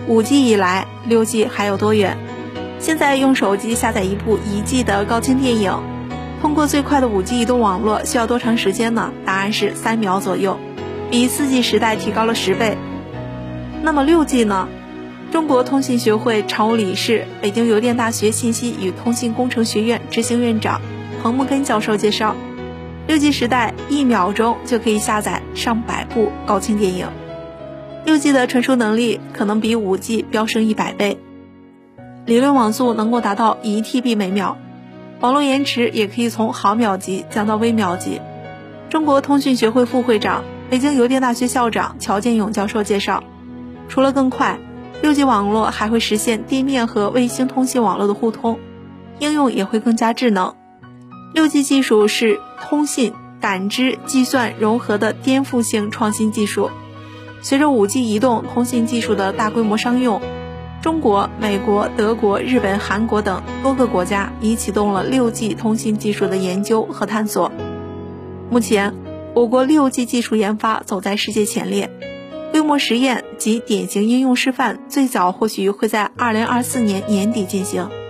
5G 以来，6G 还有多远？现在用手机下载一部1G 的高清电影，通过最快的5G 移动网络需要多长时间呢？答案是3秒左右，比4G 时代提高了10倍。那么 6G 呢？中国通信学会常务理事、北京邮电大学信息与通信工程学院执行院长彭木根教授介绍，6G 时代1秒钟就可以下载上百部高清电影。6G 的传输能力可能比5G 飙升100倍，理论网速能够达到1TB 每秒，网络延迟也可以从毫秒级降到微秒级。中国通讯学会副会长、北京邮电大学校长乔建勇教授介绍，除了更快，6G 网络还会实现地面和卫星通信网络的互通，应用也会更加智能。6G 技术是通信、感知、计算融合的颠覆性创新技术。随着 5G 移动通信技术的大规模商用，中国、美国、德国、日本、韩国等多个国家已启动了 6G 通信技术的研究和探索。目前，我国 6G 技术研发走在世界前列，规模实验及典型应用示范最早或许会在2024年年底进行。